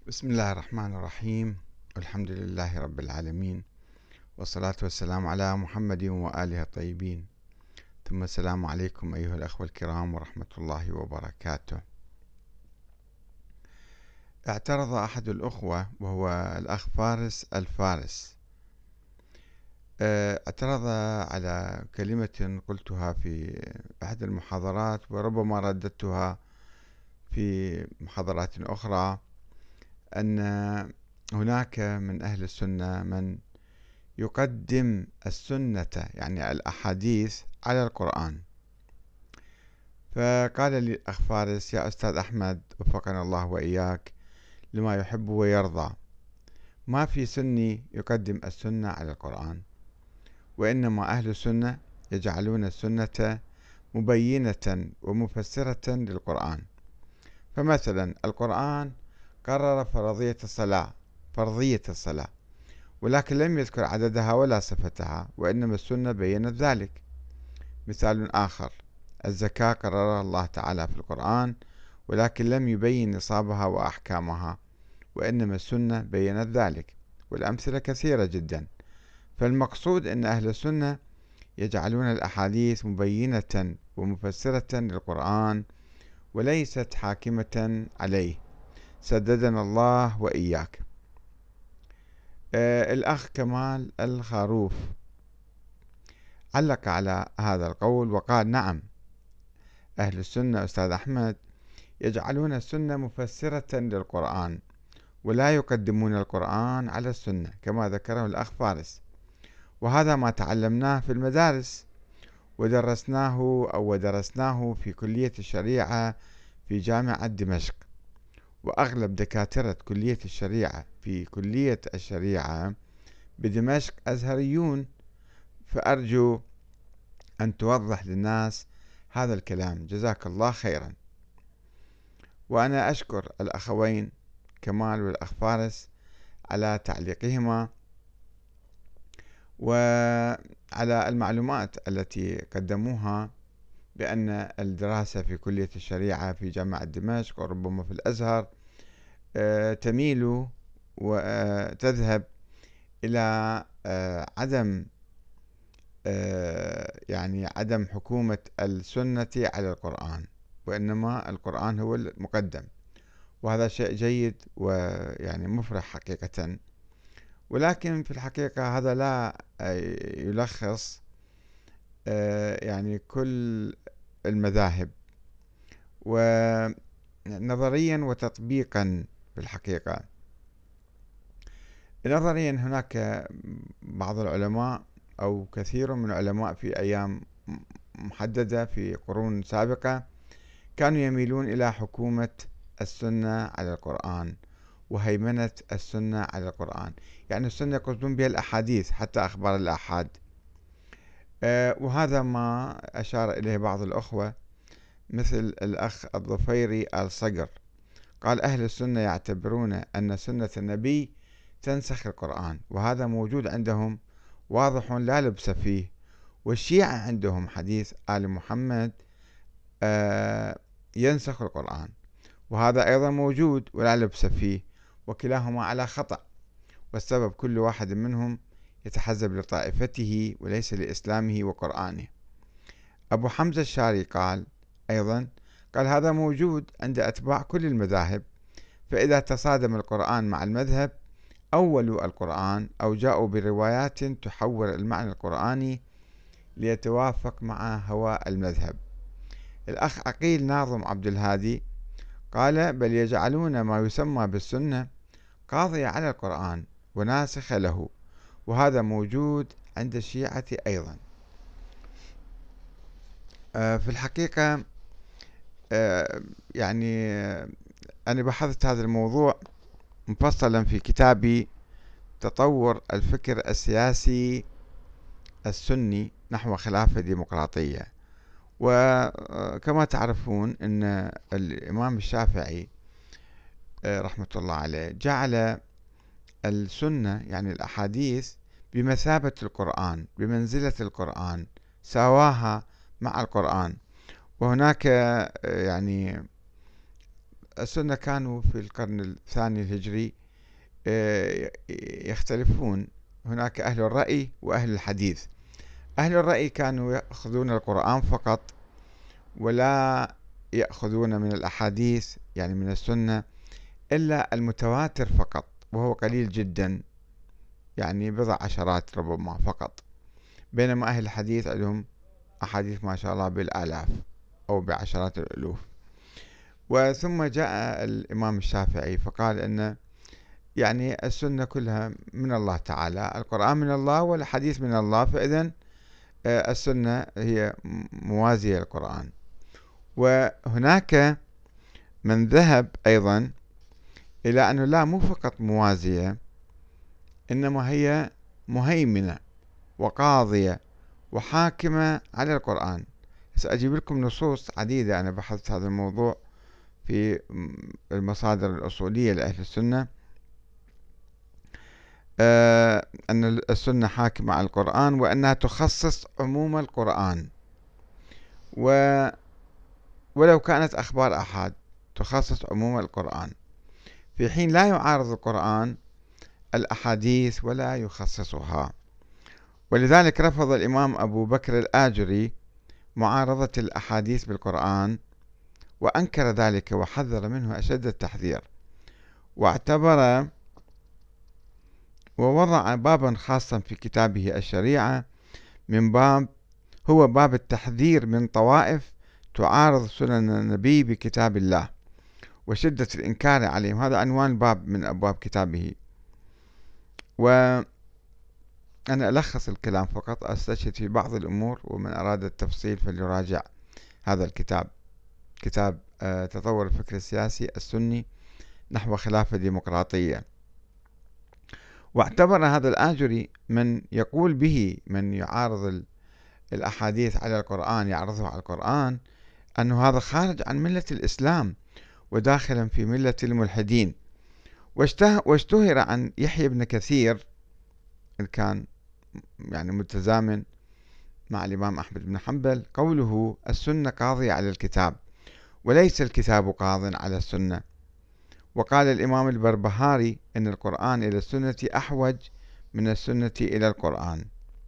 بسم الله الرحمن الرحيم. والحمد لله رب العالمين، والصلاة والسلام على محمد وآله الطيبين، ثم السلام عليكم أيها الأخوة الكرام ورحمة الله وبركاته. اعترض أحد الأخوة وهو الأخ فارس الفارس، اعترض على كلمة قلتها في أحد المحاضرات، وربما رددتها في محاضرات أخرى، أن هناك من أهل السنة من يقدم السنة يعني الأحاديث على القرآن. فقال لي الأخ فارس: يا أستاذ أحمد، وفقنا الله وإياك لما يحب ويرضى، ما في سني يقدم السنة على القرآن، وإنما أهل السنة يجعلون السنة مبينة ومفسرة للقرآن. فمثلا القرآن قرر فرضية الصلاة، ولكن لم يذكر عددها ولا صفتها، وإنما السنة بينت ذلك. مثال آخر: الزكاة قررها الله تعالى في القرآن، ولكن لم يبين نصابها وأحكامها، وإنما السنة بينت ذلك. والأمثلة كثيرة جدا. فالمقصود أن أهل السنة يجعلون الأحاديث مبينة ومفسرة للقرآن، وليست حاكمة عليه، سددنا الله وإياك. الأخ كمال الخروف علق على هذا القول وقال: نعم، أهل السنة أستاذ أحمد يجعلون السنة مفسرة للقرآن، ولا يقدمون القرآن على السنة كما ذكره الأخ فارس. وهذا ما تعلمناه في المدارس، ودرسناه في كلية الشريعة في جامعة دمشق. وأغلب دكاترة كلية الشريعة في كلية الشريعة بدمشق أزهريون، فأرجو أن توضح للناس هذا الكلام، جزاك الله خيرا. وأنا أشكر الأخوين كمال والأخ فارس على تعليقهما وعلى المعلومات التي قدموها، بأن الدراسة في كلية الشريعة في جامعة دمشق وربما في الأزهر تميل وتذهب إلى عدم يعني عدم حكومة السنة على القرآن، وإنما القرآن هو المقدم. وهذا شيء جيد ويعني مفرح حقيقة، ولكن في الحقيقة هذا لا يلخص يعني كل المذاهب، ونظريا وتطبيقا. في الحقيقة نظريا هناك بعض العلماء أو كثير من العلماء في أيام محددة في قرون سابقة كانوا يميلون إلى حكومة السنة على القرآن وهيمنة السنة على القرآن، يعني السنة يقصدون بها الأحاديث، حتى أخبار الآحاد. وهذا ما أشار إليه بعض الأخوة مثل الأخ الظفيري الصقر، قال: أهل السنة يعتبرون أن سنة النبي تنسخ القرآن، وهذا موجود عندهم واضح لا لبس فيه. والشيعة عندهم حديث آل محمد ينسخ القرآن، وهذا أيضا موجود ولا لبس فيه، وكلاهما على خطأ، والسبب كل واحد منهم يتحزب لطائفته وليس لإسلامه وقرآنه. أبو حمزة الشاري قال أيضا، قال: هذا موجود عند أتباع كل المذاهب، فإذا تصادم القرآن مع المذهب أولوا القرآن أو جاءوا بروايات تحور المعنى القرآني ليتوافق مع هواء المذهب. الأخ عقيل ناظم عبد الهادي قال: بل يجعلون ما يسمى بالسنة قاضية على القرآن وناسخ له، وهذا موجود عند الشيعة أيضا. في الحقيقة يعني أنا بحثت هذا الموضوع مفصلا في كتابي تطور الفكر السياسي السني نحو خلافة ديمقراطية. وكما تعرفون أن الإمام الشافعي رحمة الله عليه جعل السنة يعني الأحاديث بمثابة القرآن، بمنزلة القرآن، سواها مع القرآن. وهناك يعني السنة كانوا في القرن الثاني الهجري يختلفون. هناك أهل الرأي وأهل الحديث. أهل الرأي كانوا يأخذون القرآن فقط، ولا يأخذون من الأحاديث يعني من السنة إلا المتواتر فقط، وهو قليل جدا، يعني بضع عشرات ربما فقط. بينما أهل الحديث عندهم أحاديث ما شاء الله بالآلاف أو بعشرات الألوف. وثم جاء الإمام الشافعي فقال أن يعني السنة كلها من الله تعالى، القرآن من الله والحديث من الله، فإذن السنة هي موازية للقرآن. وهناك من ذهب أيضا إلى أنه لا، مو فقط موازية، إنما هي مهيمنة وقاضية وحاكمة على القرآن. سأجيب لكم نصوص عديدة، أنا بحثت هذا الموضوع في المصادر الأصولية لأهل السنة، أن السنة حاكمة على القرآن، وأنها تخصص عموم القرآن، ولو كانت أخبار أحد تخصص عموم القرآن، في حين لا يعارض القرآن الأحاديث ولا يخصصها. ولذلك رفض الإمام أبو بكر الآجري معارضة الأحاديث بالقرآن، وأنكر ذلك وحذر منه أشد التحذير، واعتبر ووضع بابا خاصا في كتابه الشريعة هو باب التحذير من طوائف تعارض سنن النبي بكتاب الله وشدة الإنكار عليهم. هذا عنوان باب من أبواب كتابه. وأنا ألخص الكلام فقط، أستشهد في بعض الأمور، ومن أراد التفصيل فليراجع هذا الكتاب، كتاب تطور الفكر السياسي السني نحو خلافة ديمقراطية. واعتبر هذا الآجري من يقول به، من يعارض الأحاديث على القرآن، يعرضه على القرآن، أنه هذا خارج عن ملة الإسلام وداخلا في ملة الملحدين. واشتهر عن يحيى بن كثير، كان يعني متزامن مع الإمام أحمد بن حنبل، قوله: السنة قاضية على الكتاب وليس الكتاب قاض على السنة. وقال الإمام البربهاري إن القرآن إلى السنة أحوج من السنة إلى القرآن.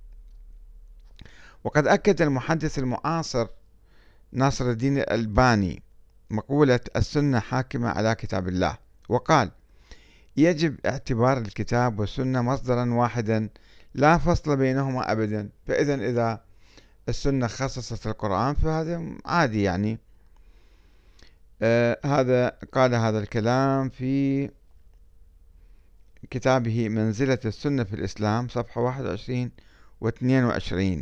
وقد أكد المحدث المعاصر ناصر الدين الألباني مقولة السنة حاكمة على كتاب الله، وقال: يجب اعتبار الكتاب والسنة مصدرا واحدا لا فصل بينهما أبدا. فإذا إذا السنة خصصت القرآن فهذا عادي يعني. قال هذا الكلام في كتابه منزلة السنة في الإسلام، صفحة 21 و 22.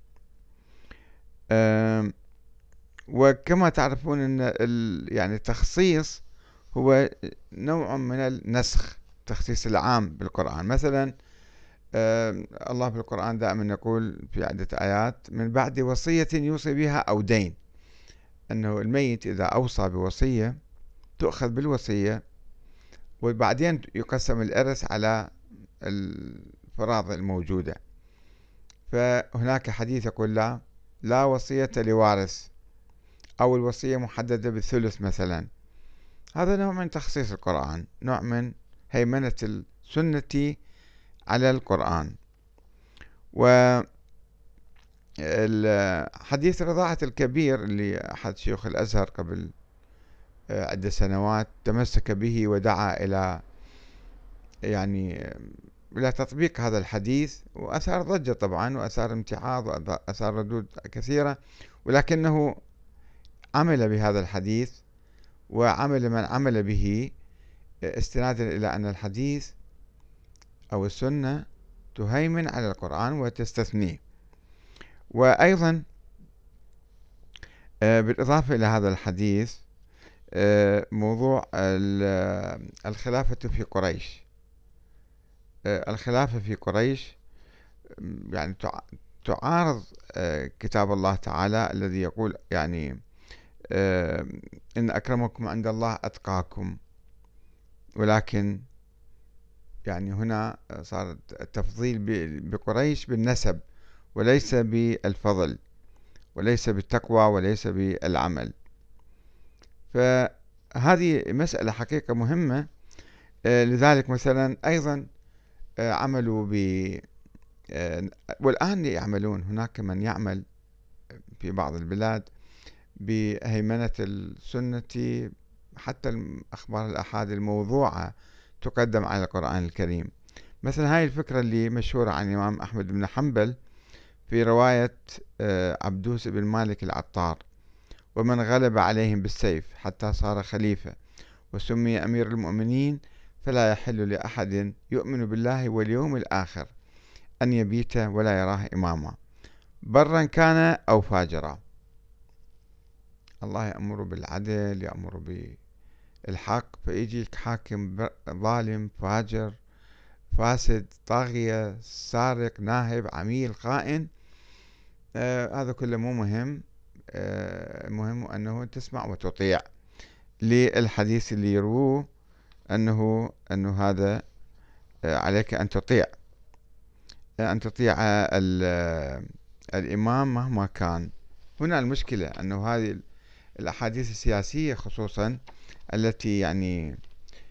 وكما تعرفون أن يعني التخصيص هو نوع من النسخ، تخصيص العام بالقرآن. مثلا الله في القرآن دائما يقول في عدة آيات: من بعد وصية يوصي بها أو دين، أنه الميت إذا أوصى بوصية تؤخذ بالوصية، وبعدين يقسم الإرث على الفرائض الموجودة. فهناك حديث يقول: لا وصية لوارث، أو الوصية محددة بالثلث مثلا. هذا نوع من تخصيص القرآن، نوع من هيمنة السنة على القرآن. وحديث رضاعة الكبير اللي أحد شيوخ الأزهر قبل عدة سنوات تمسك به ودعا إلى يعني إلى تطبيق هذا الحديث، وأثار ضجة طبعا، وأثار امتعاض، وأثار ردود كثيرة، ولكنه عمل بهذا الحديث، وعمل من عمل به استنادا إلى أن الحديث أو السنة تهيمن على القرآن وتستثنيه. وأيضا بالإضافة إلى هذا الحديث موضوع الخلافة في قريش. الخلافة في قريش يعني تعارض كتاب الله تعالى الذي يقول يعني إن أكرمكم عند الله أتقاكم، ولكن يعني هنا صار التفضيل بقريش بالنسب وليس بالفضل، وليس بالتقوى، وليس بالعمل. هذه مسألة حقيقة مهمة. لذلك مثلا أيضا عملوا والآن يعملون، هناك من يعمل في بعض البلاد بهيمنة السنة، حتى الأخبار الآحاد الموضوعة تقدم على القرآن الكريم. مثلا هاي الفكرة اللي مشهورة عن الإمام أحمد بن حنبل في رواية عبدوس بن مالك العطار: ومن غلب عليهم بالسيف حتى صار خليفة وسمي أمير المؤمنين فلا يحل لأحد يؤمن بالله واليوم الآخر أن يبيت ولا يراه إماما برا كان أو فاجرا. الله يأمر بالعدل، يأمر بالحق، فيجي حاكم ظالم فاجر فاسد طاغية سارق ناهب عميل خائن، هذا كله مو مهم. المهم أنه تسمع وتطيع للحديث اللي يروه، أنه هذا عليك أن تطيع، الإمام مهما كان. هنا المشكلة أنه هذه الأحاديث السياسية خصوصا التي يعني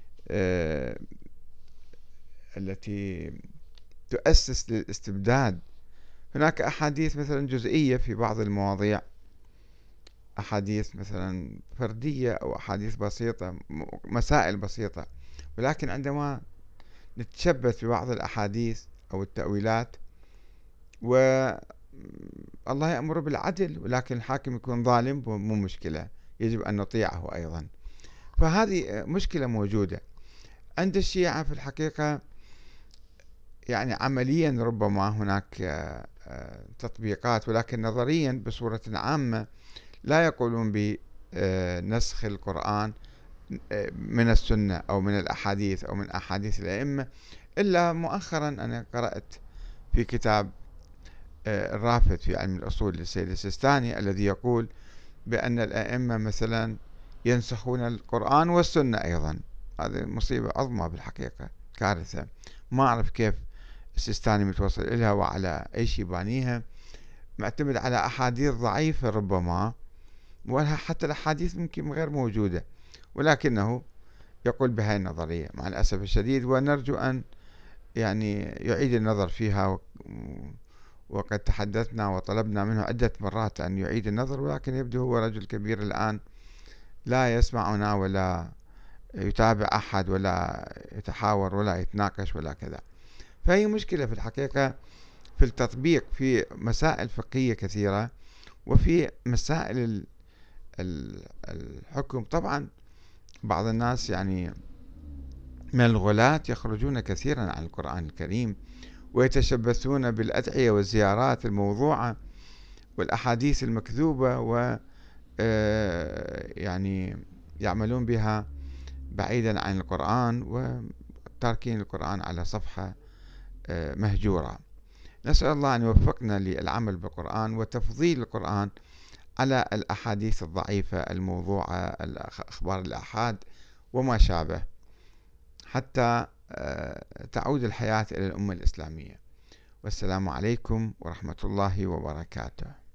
التي تؤسس للاستبداد. هناك أحاديث مثلا جزئية في بعض المواضيع، أحاديث مثلا فردية أو أحاديث بسيطة، مسائل بسيطة، ولكن عندما نتشبث ببعض الأحاديث أو التأويلات، والله يأمر بالعدل ولكن الحاكم يكون ظالم، مو مشكلة، يجب أن نطيعه أيضا. فهذه مشكلة موجودة عند الشيعة في الحقيقة. يعني عمليا ربما هناك تطبيقات، ولكن نظريا بصورة عامة لا يقولون بنسخ القرآن من السنة أو من الأحاديث أو من أحاديث الأئمة. إلا مؤخرا أنا قرأت في كتاب الرافد في علم الأصول للسيد السيستاني الذي يقول بأن الأئمة مثلا ينسخون القرآن والسنة أيضا. هذه مصيبة عظمى بالحقيقة، كارثة. ما أعرف كيف السيستاني متوصل إلها وعلى أي شيء بانيها، معتمد على أحاديث ضعيفة ربما، وحتى الأحاديث ممكن غير موجودة، ولكنه يقول بهاي النظرية مع الأسف الشديد. ونرجو أن يعني يعيد النظر فيها، وقد تحدثنا وطلبنا منه عدة مرات أن يعيد النظر، ولكن يبدو هو رجل كبير الآن لا يسمعنا ولا يتابع أحد ولا يتحاور ولا يتناقش ولا كذا. فهي مشكلة في الحقيقة في التطبيق في مسائل فقهية كثيرة، وفي مسائل الحكم. طبعا بعض الناس يعني من الغلاة يخرجون كثيرا عن القرآن الكريم ويتشبثون بالأدعية والزيارات الموضوعة والأحاديث المكذوبة، و يعني يعملون بها بعيدا عن القرآن وتاركين القرآن على صفحة مهجورة. نسأل الله أن يوفقنا للعمل بالقرآن وتفضيل القرآن على الأحاديث الضعيفة الموضوعة، أخبار الآحاد وما شابه، حتى تعود الحياة إلى الأمة الإسلامية. والسلام عليكم ورحمة الله وبركاته.